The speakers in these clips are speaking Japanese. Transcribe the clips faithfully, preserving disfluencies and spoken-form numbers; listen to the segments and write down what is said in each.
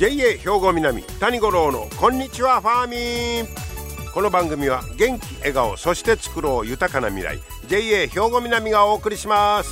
ジェイエー 兵庫南谷五郎のこんにちはファーミン。この番組は元気笑顔そして作ろう豊かな未来 ジェイエー 兵庫南がお送りします。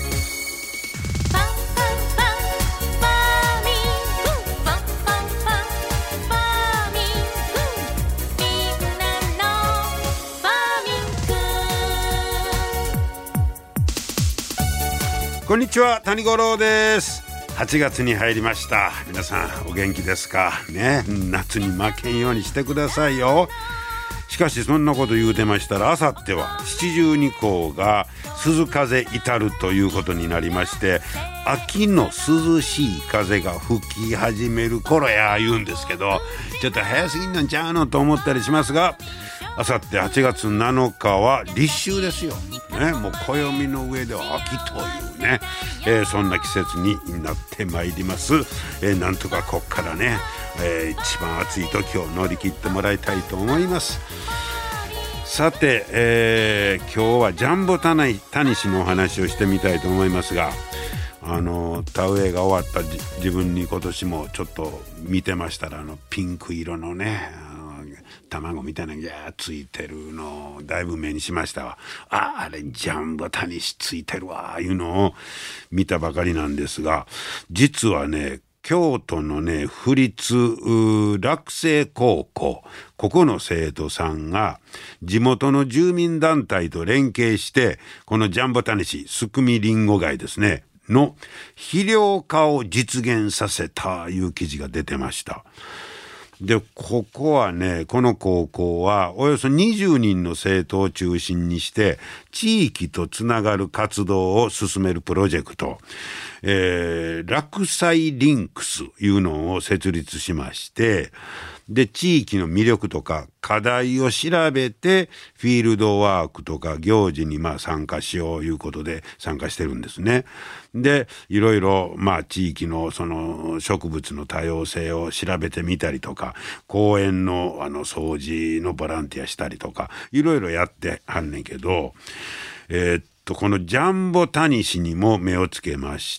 こんにちは谷五郎です。はちがつに入りました。皆さんお元気ですかね。夏に負けんようにしてくださいよ。しかしそんなこと言うてましたら、あさっては七十二候が涼風至るということになりまして、秋の涼しい風が吹き始める頃や言うんですけど、ちょっと早すぎんのんちゃうのと思ったりしますが、あさってはちがつなのかは立秋ですよ、ね、もう暦の上では秋というね、えー、そんな季節になってまいります、えー、なんとかこっからね、えー、一番暑い時を乗り切ってもらいたいと思います。さて、えー、今日はジャンボタニシのお話をしてみたいと思いますが、あの田植えが終わった自分に今年もちょっと見てましたら、あのピンク色のね卵みたいなのがついてるのをだいぶ目にしましたわ。ああれジャンボタニシついてるわいうのを見たばかりなんですが、実はね京都のね府立洛西高校、ここの生徒さんが地元の住民団体と連携して、このジャンボタニシスクミリンゴ貝ですねの肥料化を実現させたいう記事が出てました。でここはね、この高校はおよそにじゅうにんの生徒を中心にして地域とつながる活動を進めるプロジェクト、えー、洛西リンクスいうのを設立しまして、で地域の魅力とか課題を調べてフィールドワークとか行事にまあ参加しよういうことで参加してるんですね。でいろいろまあ地域のその植物の多様性を調べてみたりとか、公園のあの掃除のボランティアしたりとかいろいろやってはんねんけど、えー、っとこのジャンボタニシにも目をつけまして、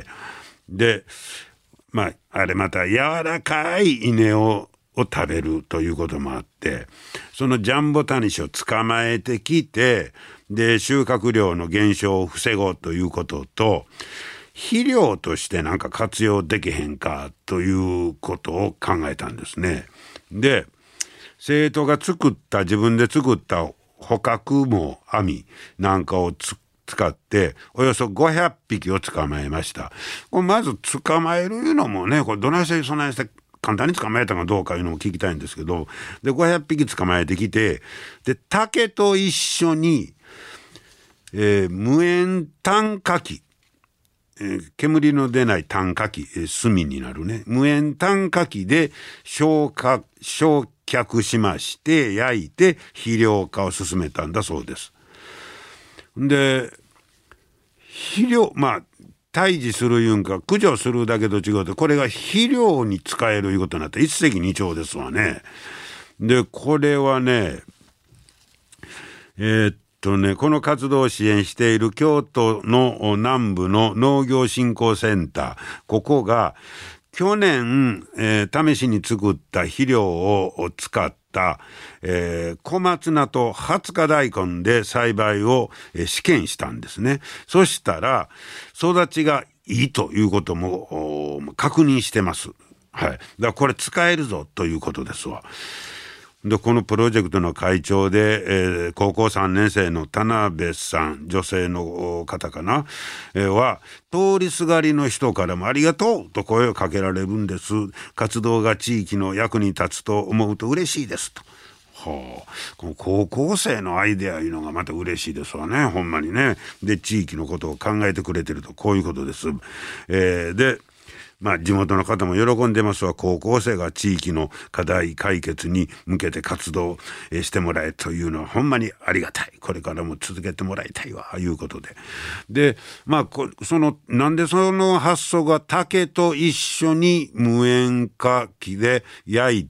でまああれまた柔らかい稲をを食べるということもあって、そのジャンボタニシを捕まえてきて、で収穫量の減少を防ごうということと、肥料としてなんか活用できへんかということを考えたんですね。で生徒が作った自分で作った捕獲網網なんかをつ使っておよそごひゃっぴきを捕まえました。これまず捕まえるいうのもね、これどないしてそんなにして簡単に捕まえたかどうかいうのも聞きたいんですけど、でごひゃっぴき捕まえてきて、で竹と一緒に、えー、無煙炭火器、えー、煙の出ない炭火器、えー、炭になるね無煙炭火器で焼化焼却しまして焼いて肥料化を進めたんだそうです。で肥料まあ退治するいうんか駆除するだけと違うと、これが肥料に使えるいうことになったら一石二鳥ですわね。でこれはねえー、っとねこの活動を支援している京都の南部の農業振興センター、ここが去年、えー、試しに作った肥料を使ったえー、小松菜とはつか大根で栽培を、えー、試験したんですね。そしたら育ちがいいということも確認してます。はい。だからこれ使えるぞということですわ。でこのプロジェクトの会長で、えー、高校さんねん生の田辺さん、女性の方かな、えー、は通りすがりの人からもありがとうと声をかけられるんです。活動が地域の役に立つと思うと嬉しいですと。はあ、この高校生のアイデアいうのがまた嬉しいですわね、ほんまにね。で地域のことを考えてくれてるとこういうことです。えー、でまあ地元の方も喜んでますわ。高校生が地域の課題解決に向けて活動してもらえというのはほんまにありがたい。これからも続けてもらいたいわいうことで。でまあそのなんでその発想が竹と一緒に無煙火器で焼いて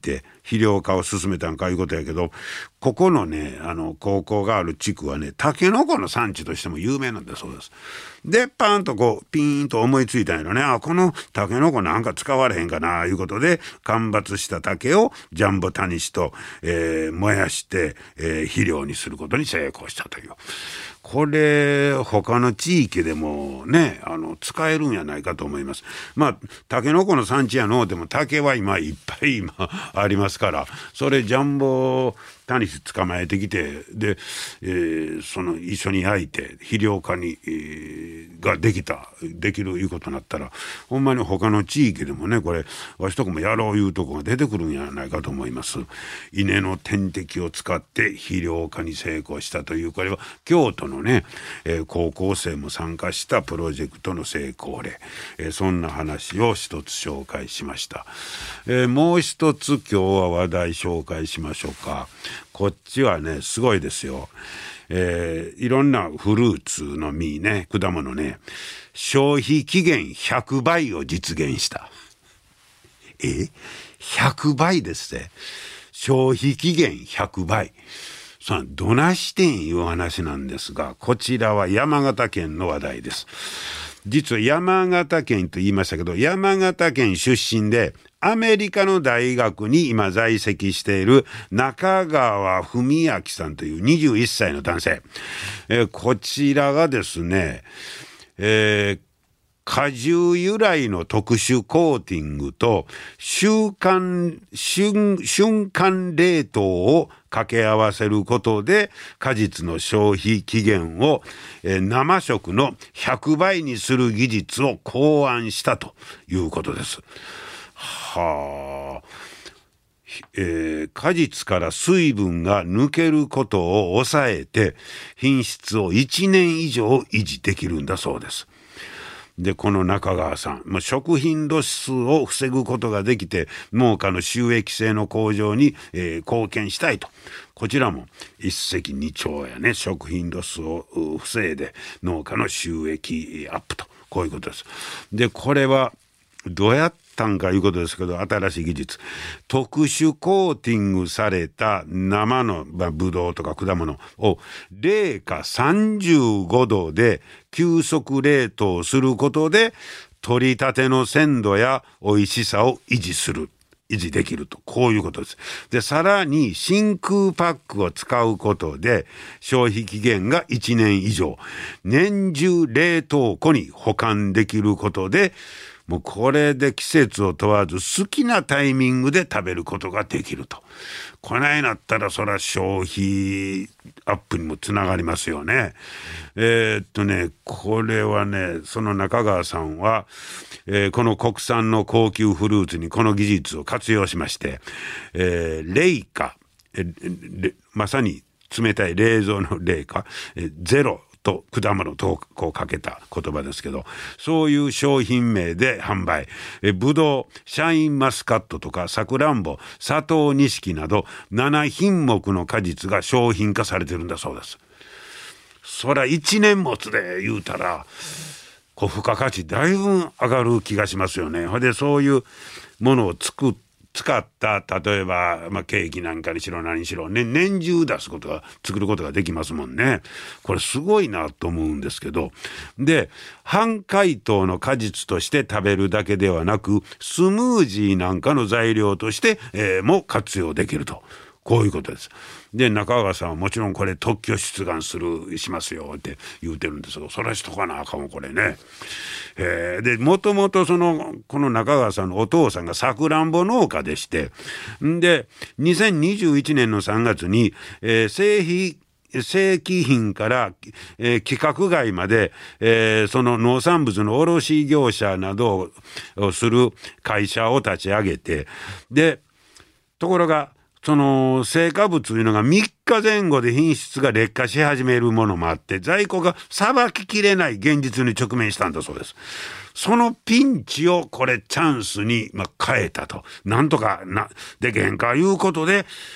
肥料化を進めたんかいうことやけど、ここのねあの高校がある地区はねタケノコの産地としても有名なんだそうです。でパーンとこうピーンと思いついたんやろね。あこのタケノコなんか使われへんかないうことで、間伐した竹をジャンボタニシと、えー、燃やして、えー、肥料にすることに成功したという。これ他の地域でもねあの使えるんやないかと思います。まあタケノコの産地やのでも竹は今いっぱい今ありますから、それジャンボタニシ捕まえてきてで、えー、その一緒に焼いて肥料化に、えー、ができたできるいうことになったら、ほんまに他の地域でもねこれわしとこもやろういうとこが出てくるんやないかと思います。稲の天敵を使って肥料化に成功したという、これは京都のね、えー、高校生も参加したプロジェクトの成功例、えー、そんな話を一つ紹介しました。えー、もう一つ今日は話題紹介しましょうか。こっちはねすごいですよ。えー、いろんなフルーツの実ね果物ね消費期限ひゃくばいを実現した。えひゃくばいですね。消費期限ひゃくばい。さあどなしてんいう話なんですが、こちらは山形県の話題です。実は山形県と言いましたけど、山形県出身でアメリカの大学に今在籍している中川文明さんというにじゅういっさいの男性、えー、こちらがですね、えー果汁由来の特殊コーティングと瞬間、瞬、瞬間冷凍を掛け合わせることで果実の消費期限を、えー、生食のひゃくばいにする技術を考案したということです。はあ。えー、果実から水分が抜けることを抑えて品質をいちねん以上維持できるんだそうです。でこの中川さん、まあ、食品ロスを防ぐことができて農家の収益性の向上に、えー、貢献したいと。こちらも一石二鳥やね。食品ロスを防いで農家の収益アップと、こういうことです。でこれはどうやったんかいうことですけど、新しい技術、特殊コーティングされた生の、まあ、ブドウとか果物を零下さんじゅうごどで急速冷凍することで取りたての鮮度や美味しさを維持する維持できると、こういうことです。でさらに真空パックを使うことで消費期限がいちねん以上年中冷凍庫に保管できることで、もうこれで季節を問わず好きなタイミングで食べることができると。こないなったらそら消費アップにもつながりますよね。えー、っとねこれはねその中川さんは、えー、この国産の高級フルーツにこの技術を活用しまして、えー、冷夏、えー、まさに冷たい冷蔵の冷夏、えー、ゼロと果物とこうかけた言葉ですけど、そういう商品名で販売。えブドウ、シャインマスカットとかさくらんぼ、佐藤錦などななひんもくの果実が商品化されてるんだそうです。そらいちねんもつで言うたらこう付加価値だいぶ上がる気がしますよね。ほんでそういうものを作って使った例えば、まあ、ケーキなんかにしろ何にしろ、ね、年中出すことが作ることができますもんね。これすごいなと思うんですけど、で半解凍の果実として食べるだけではなくスムージーなんかの材料として、えー、も活用できると、こういうことです。で中川さんはもちろんこれ特許出願するしますよって言うてるんですけど、それしとかなあかんこれね。えー、でもともとそのこの中川さんのお父さんがさくらんぼ農家でして、んでにせんにじゅういちねんのさんがつに、えー、製品正規品から、えー、規格外まで、えー、その農産物の卸業者などをする会社を立ち上げて、でところがその成果物というのがみっかぜん後で品質が劣化し始めるものもあって在庫がさばききれない現実に直面したんだそうです。そのピンチをこれチャンスにまあ変えたと、なんとかなできへんかいうことで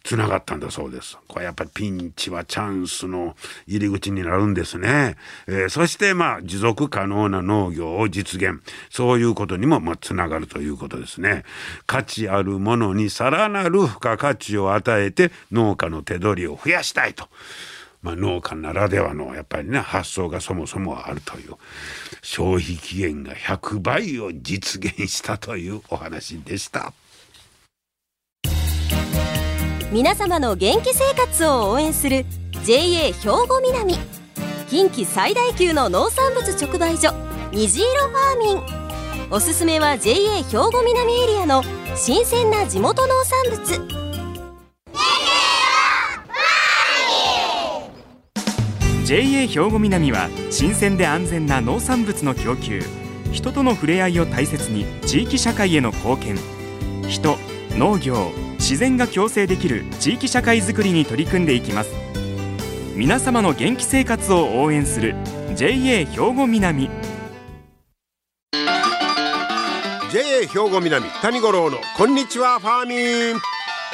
つながったんだそうです。これやっぱりピンチはチャンスの入り口になるんですね。えー、そしてまあ持続可能な農業を実現、そういうことにもまあつながるということですね。価値あるものにさらなる付加価値を与えて農家の手取りを増やしたいと。まあ、農家ならではのやっぱりね発想がそもそもあるという、消費期限がひゃくばいを実現したというお話でした。 皆様の元気生活を応援する ジェイエー 兵庫南、近畿最大級の農産物直売所虹色ファーミン。おすすめは ジェイエー 兵庫南エリアの新鮮な地元農産物。 ジェイエー 兵庫南は新鮮で安全な農産物の供給、人との触れ合いを大切に地域社会への貢献、人、農業、自然が共生できる地域社会づくりに取り組んでいきます。皆様の元気生活を応援する ジェイエー 兵庫南。 ジェイエー 兵庫南谷五郎のこんにちはファーミン。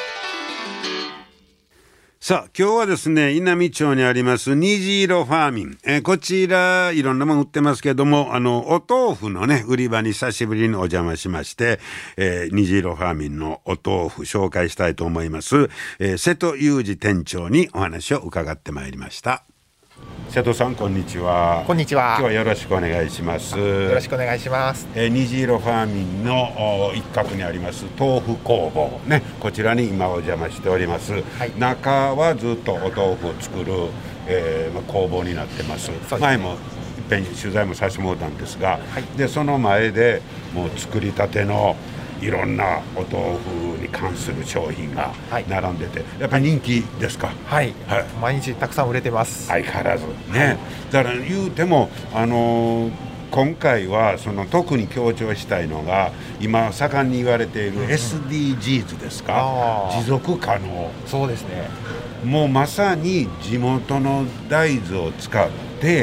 さあ今日はですね、稲美町にあります虹色ファーミン、えー、こちらいろんなもの売ってますけども、あのお豆腐のね売り場に久しぶりにお邪魔しまして、えー、虹色ファーミンのお豆腐紹介したいと思います。えー、瀬戸裕二店長にお話を伺ってまいりました。瀬戸さんこんにちは。 こんにちは。 今日はよろしくお願いします。 よろしくお願いします。 えー、虹色ファーミンの一角にあります豆腐工房ね、こちらに今お邪魔しております。はい、中はずっとお豆腐を作る、えーまあ、工房になってます。 すね、 前もいっぺん取材もさせてもらったんですが、はい、でその前でもう作りたてのいろんなお豆腐に関する商品が並んでて、はい、やっぱり人気ですか？ はい、はい、毎日たくさん売れてます。 相変わらずね、はい、だから言うてもあのー、今回はその特に強調したいのが今盛んに言われている エスディージーズ ですか、うん、持続可能。 そうですね、 もうまさに地元の大豆を使って、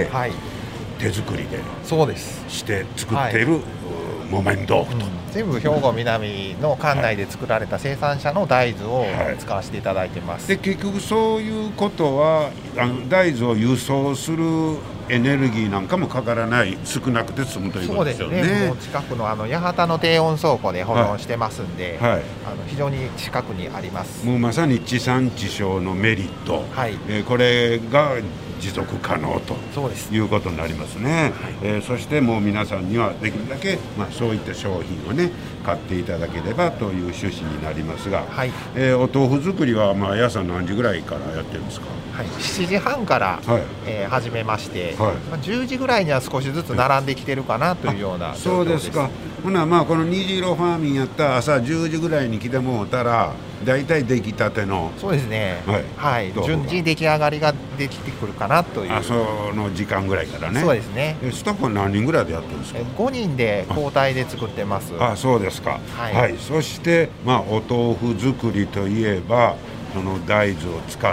はい、手作りでそうですして作っている、はい、木綿豆腐と、うん、 全部兵庫南の管内で作られた生産者の大豆を使わせていただいてます。 はい、で結局そういうことはあの大豆を輸送するエネルギーなんかもかからない、少なくて済むということですよね。 そうですね、もう近くのあの八幡の低温倉庫で保存してますんで、はいはい、あの非常に近くにあります。 もうまさに地産地消のメリット、はい、えー、これが持続可能ということになりますね。はい、えー、そしてもう皆さんにはできるだけ、まあ、そういった商品をね買っていただければという趣旨になりますが、はい、えー、お豆腐作りはまあ朝何時ぐらいからやってるんですか？ はい、しちじはんから、はい、えー、始めまして、はい、まあ、じゅうじぐらいには少しずつ並んできてるかなというような状況です。 そうですか。ほなまあこの虹色ファーミンやったら朝じゅうじぐらいに来てもうたらだいたい出来たての、 そうですね、はい、はい、順次出来上がりができてくるかなという、 あ、その時間ぐらいからね。 そうですね。 スタッフは何人ぐらいでやってるんですか？ ごにんで交代で作ってます。 ああ、そうですか。はい、はい、そして、まあ、お豆腐作りといえばその大豆を使って、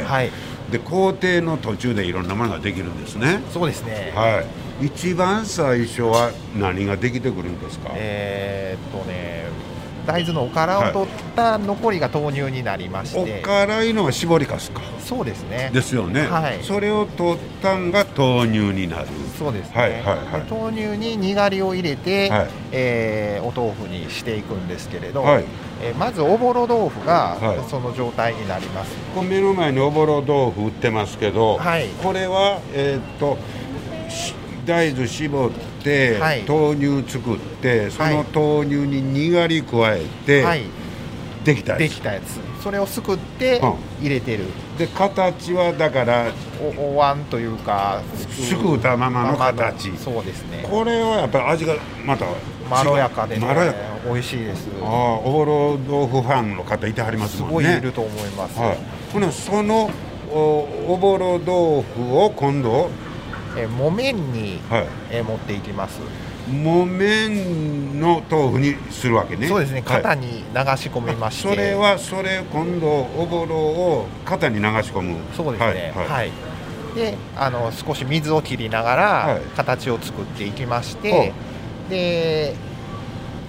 はい、で工程の途中でいろんなものができるんですね。 そうですね、 はい、一番最初は何ができてくるんですか？ えー、っとね大豆のおからを取った残りが豆乳になりまして、はい、 おからいのは絞りかすか？ そうですね。 ですよね、はい、それを取ったんが豆乳になる。 そうですね、はいはいはい、で豆乳ににがりを入れて、はい、えー、お豆腐にしていくんですけれど、はい、えー、まずおぼろ豆腐がその状態になります。 はい、目の前におぼろ豆腐売ってますけど、はい、これは、えー、っと大豆絞って、はい、豆乳作ってその豆乳ににがり加えて、はい、できたやつできたやつそれをすくって入れてる、 うん、で形はだからお椀というかすくったままの形。 そうですね。 これはやっぱり味がまたまろやかで、ね、 まろやか美味しいです。 ああ、おぼろ豆腐ファンの方いてはりますもんね。 すごいいると思います。はい、 ほなその お, おぼろ豆腐を今度え木綿に、はい、え持っていきます。 木綿の豆腐にするわけね。 そうですね、型に流し込みまして、 はい、それはそれ今度おぼろを型に流し込む。 そうですね、はい、はい、であの少し水を切りながら形を作っていきまして、はい、で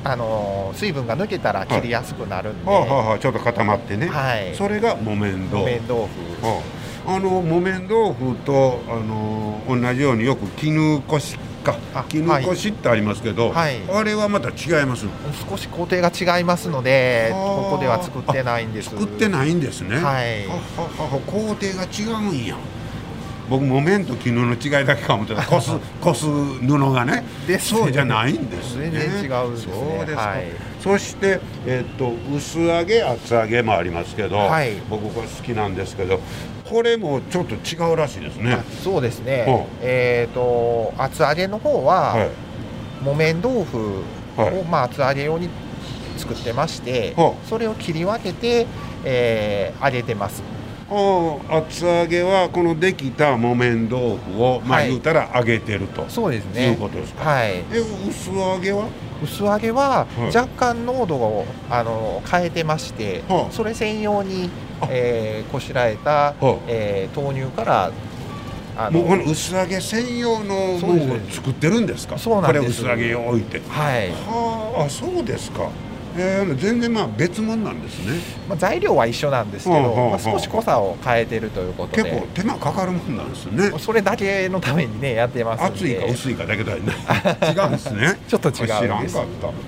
あの水分が抜けたら切りやすくなるんで、 はいはあはあ、ちょっと固まってね、 はい、 それが木綿豆腐。 木綿豆腐、 はあ、あの木綿豆腐とあの同じようによく絹こしか絹こしってありますけど、はい、あれはまた違います。 少し工程が違いますのでここでは作ってないんです。 作ってないんですね。 はい、 ははは工程が違うんや。僕木綿と絹の違いだけか思ってた。こすこす布がね。でそうじゃないんですね。 全然違うんですね。 そうですか。 はい、 そしてえっと薄揚げ厚揚げもありますけど、はい、僕これ好きなんですけど、これもちょっと違うらしいですね。 そうですね。うん、えっと厚揚げの方は、はい、木綿豆腐を、はい、まあ厚揚げ用に作ってまして、はい、それを切り分けて、えー、揚げてます。 厚揚げはこのできた木綿豆腐を、まあ、言うたら揚げてると、 はい、そうですね、 いうことですか。 はい、 え薄揚げは薄揚げは若干濃度をあの変えてまして、はい、それ専用に、えー、こしらえた、えー、豆乳からあのもうこの薄揚げ専用のものを作ってるんですか。 そうなんです。 これ薄揚げを置いて、 はい、 はあ、そうですか。えー、全然まあ別物なんですね。 まあ、材料は一緒なんですけど、はあはあはあ、まあ、少し濃さを変えてるということで結構手間かかるもんなんですね。 それだけのためにねやってますんで。 厚いか薄いかだけだよね違うんですねちょっと違うんです。 知らんかった。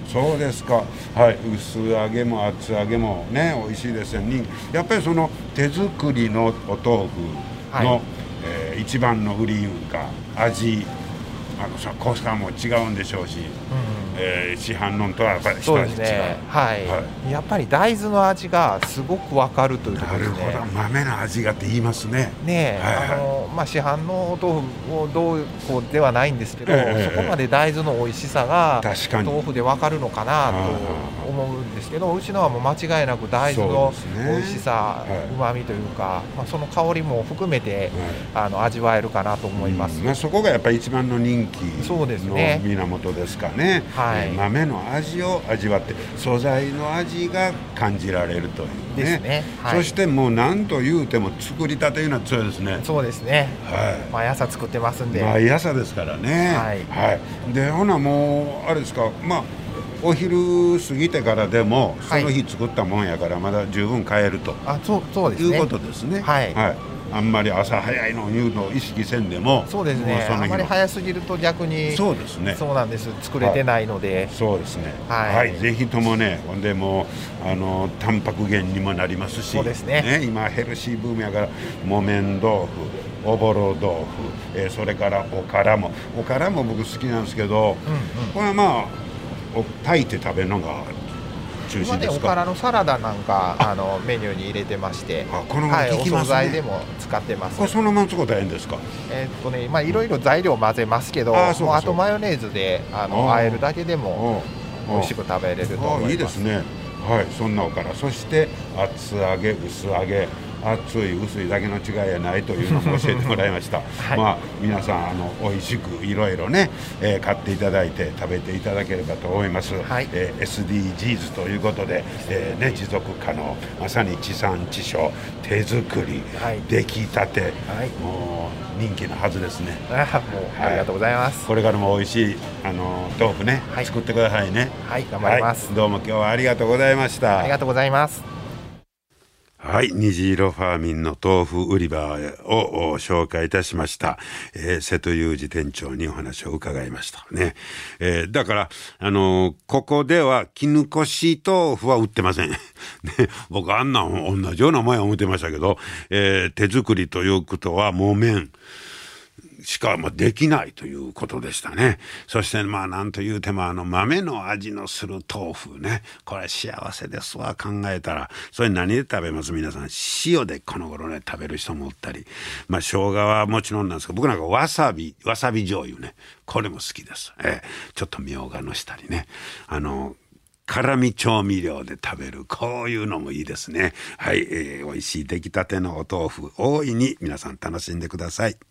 そうですか。はい、薄揚げも厚揚げもね美味しいですよね。やっぱりその手作りのお豆腐の、はい、えー、一番の売りいうか味、あのさ濃さも違うんでしょうし、うん、えー、市販のとはやっぱり一味違う。そうですね、 はい、はい、やっぱり大豆の味がすごく分かるというところですね。 なるほど、豆の味がって言いますね。 ねえ、はいはい、あのまあ、市販のお豆腐をどうこうではないんですけど、えー、そこまで大豆の美味しさが豆腐で分かるのかなと思うんですけど、うちのはもう間違いなく大豆の美味しさ、うまみというか、まあ、その香りも含めて、はい、あの味わえるかなと思います。 うん、まあ、そこがやっぱり一番の人気の源ですかね。はい、豆の味を味わって素材の味が感じられるというね。 ですね。はい、 そしてもう何と言うても作りたていうのは強いですね。 そうですね。はい、毎朝作ってますんで。 毎朝ですからね。はい。はい、でほなもうあれですか、まあお昼過ぎてからでもその日作ったもんやからまだ十分買えると、 あ、そう、そうですね、 いうことですね。 はい。 はい。あんまり朝早いのを言うのを意識せんでも、 そうですね、あんまり早すぎると逆に、 そうですね、 そうなんです、作れてないので、 はい、そうですね、はい、はい、ぜひともね、ほんでもうあのタンパク源にもなりますし、 そうですね、 ね、今ヘルシーブームやから木綿豆腐、おぼろ豆腐、えー、それからおからもおからも僕好きなんですけど、うんうん、これはまあ炊いて食べるのが中心ですか。今ね、 おからのサラダなんかあのメニューに入れてまして、 あ、このまま効きますね。はい、お惣菜でも使ってます。 これそのまま使ったらええんですか。 えー、っとね、まあいろいろ材料混ぜますけど、あ, もうあとマヨネーズであの和えるだけでも美味しく食べれると思います。 ああ、いいですね。はい、そんなおから、そして厚揚げ、薄揚げ、厚い薄いだけの違いやないというのも教えてもらいました、はい、まあ皆さんあの美味しくいろいろね、えー、買っていただいて食べていただければと思います、はい、えー、エスディージーズ ということで、えーね、持続可能、まさに地産地消、手作り、はい、出来たて、はい、もう人気のはずですね。 あ、もうありがとうございます、 はい、これからも美味しいあの豆腐ね、はい、作ってくださいね。 はい、頑張ります、 はい、どうも今日はありがとうございました。 ありがとうございます。 はい、虹色ファーミンの豆腐売り場を紹介いたしました、えー、瀬戸裕二店長にお話を伺いましたね。えー、だからあのー、ここでは絹こし豆腐は売ってませんね。僕あんな同じような前は思ってましたけど、えー、手作りということは木綿しかまあできないということでしたね。そしてまあなんというてもあの豆の味のする豆腐ね、これ幸せですわ、考えたら。それ何で食べます？皆さん塩でこの頃ね食べる人もおったり、まあ生姜はもちろんなんですけど、僕なんかわさびわさび醤油ね、これも好きです。えー、ちょっとみょうがのしたりね、あの辛味調味料で食べる、こういうのもいいですね。はい、えー、美味しい出来たてのお豆腐大いに皆さん楽しんでください。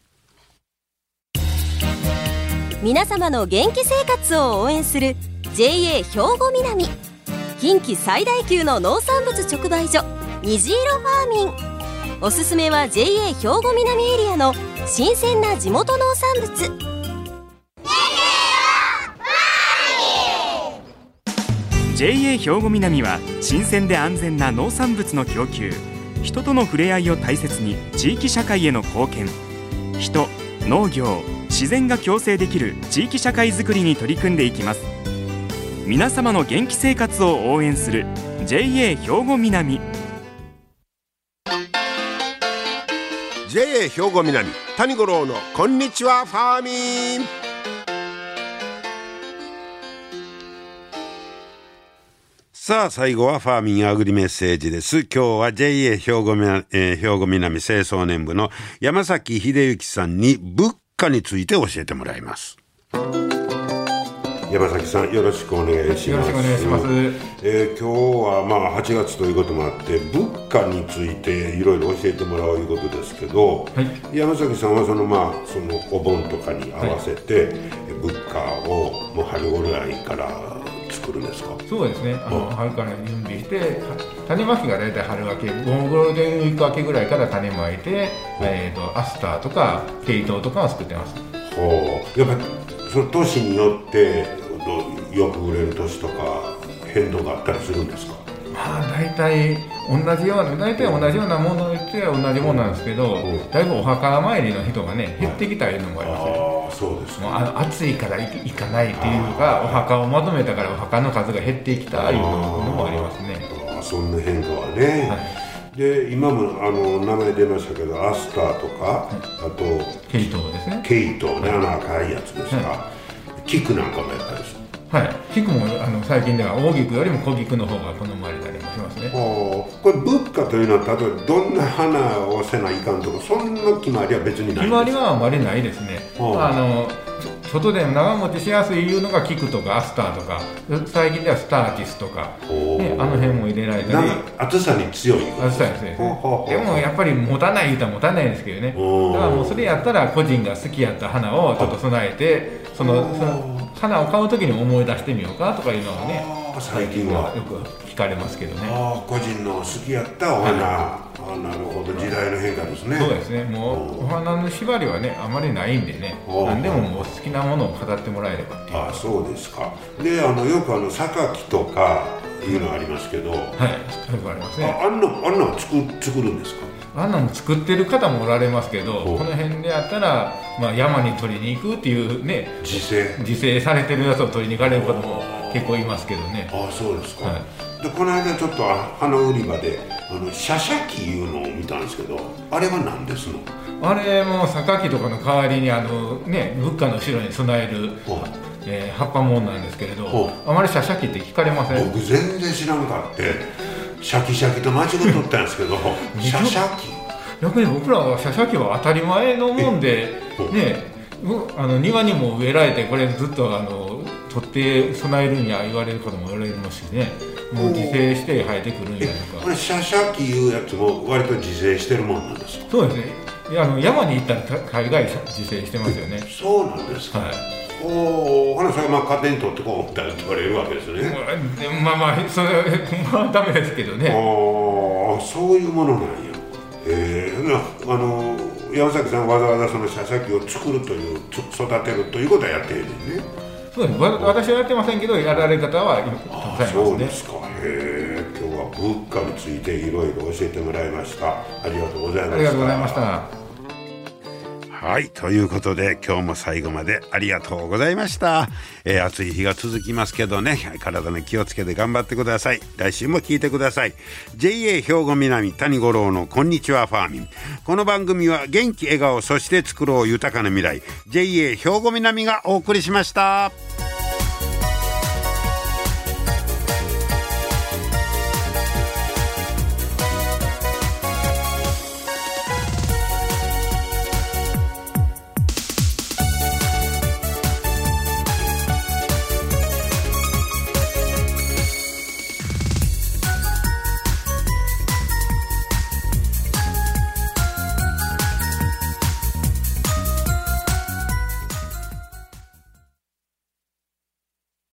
皆様の元気生活を応援する ジェイエー 兵庫南、近畿最大級の農産物直売所虹色ファーミン。おすすめは ジェイエー 兵庫南エリアの新鮮な地元農産物。 ジェイエー 兵庫南は新鮮で安全な農産物の供給、人との触れ合いを大切に地域社会への貢献、人、農業、自然が共生できる地域社会づくりに取り組んでいきます。皆様の元気生活を応援する ジェイエー 兵庫南。 ジェイエー 兵庫南谷五郎のこんにちはファーミン。 さあ最後はファーミンアグリメッセージです。今日は ジェイエー 兵庫南、えー、兵庫南清掃年部の山崎秀幸さんに物価について教えてもらいます。山崎さんよろしくお願いします。 よろしくお願いします。 えー、今日はまあはちがつということもあって物価についていろいろ教えてもらういうことですけど、はい、山崎さんはそのまあそのお盆とかに合わせて、はい、物価をもう春ぐらいから作るんですか？ そうですね、あの春から準備して種まきがだいたい春明け、ゴールデンウィーク明けぐらいから種まいて、えー、とアスターとかケイトウとかを作ってます。 ほう、やっぱりその年によってよく売れる年とか変動があったりするんですか？ まあ大体同じような大体同じようなものを言っては同じものなんですけど、うん、だいぶお墓参りの人がね減ってきたいうのもありますよ、ね。ああ、そうですね。もうあ暑いから行かないっていうか、お墓をまとめたからお墓の数が減ってきたいうのもありますね。 ああ、そんな変化はね。はい、で今もあの名前出ましたけどアスターとか、はい、あとケイトウですね。 ケイトウね、あの赤いやつですか。はい、菊なんかもやったりする。 はい、菊もあの最近では大菊よりも小菊の方が好まれたりもしますね。 これ物価というのは例えばどんな花をせないかんとかそんな決まりは別にないんですか？決まりはあまりないですね。あの外で長持ちしやすいいうのが菊とかアスターとか、最近ではスターティスとか、ね、あの辺も入れられたり。 暑さに強い暑さに強いですね。でもやっぱり持たない言うたら持たないんですけどね。だからもうそれやったら個人が好きやった花をちょっと備えて、そのその花を買うときに思い出してみようかとかいうのはね、最近はよく聞かれますけどね。 あ、個人の好きやったお花、はい、あ、なるほど、時代の変化ですね。 そうですね。もうお花の縛りはねあまりないんでね、何でももう好きなものを飾ってもらえればっていう。 あ、そうですか。で、あのよくあの榊とかいうのありますけど、はい、よくありますね。 あ、あんなあんなの作作るんですか？ あんなの作ってる方もおられますけど、この辺でやったら、まあ、山に取りに行くっていうね、 自生自生されてるやつを取りに行かれる方も結構いますけどね。 ああ、そうですか。はい、でこの間ちょっと花売り場であのシャシャキいうのを見たんですけど、あれは何ですの？ あれも榊とかの代わりにあの、ね、仏花の後ろに備える、えー、葉っぱもんなんですけれど、あまりシャシャキって聞かれません？ 僕全然知らんかってシャキシャキと間違えとったんですけどシャシャキ、 逆に僕らはシャシャキは当たり前のもんで、ね、あの庭にも植えられてこれずっとあの取って備えるんや言われることも言われますしね、もう自生して生えてくるんやとか。 これシャシャキいうやつも割と自生してるもんなんですか？ そうですね。いや、あの山に行ったら海外自生してますよね。 そうなんですか。はい、おお、ほなそれはまあ勝手に取ってこう思ったら取れるわけですね。 まあまあそれはダメですけどね。ああ、そういうものなんや。えー、あの山崎さんわざわざそのシャシャキを作るという育てるということはやっているんね。 そうです。私はやってませんけどやられる方はたくさんいますね。 そうですか。へえ、今日は物価についていろいろ教えてもらいました。ありがとうございました。 ありがとうございました。 はい、ということで今日も最後までありがとうございました。えー、暑い日が続きますけどね、体に気をつけて頑張ってください。来週も聞いてください。 ジェイエー 兵庫南谷五郎のこんにちはファーミン。この番組は元気笑顔そして作ろう豊かな未来 ジェイエー 兵庫南がお送りしました。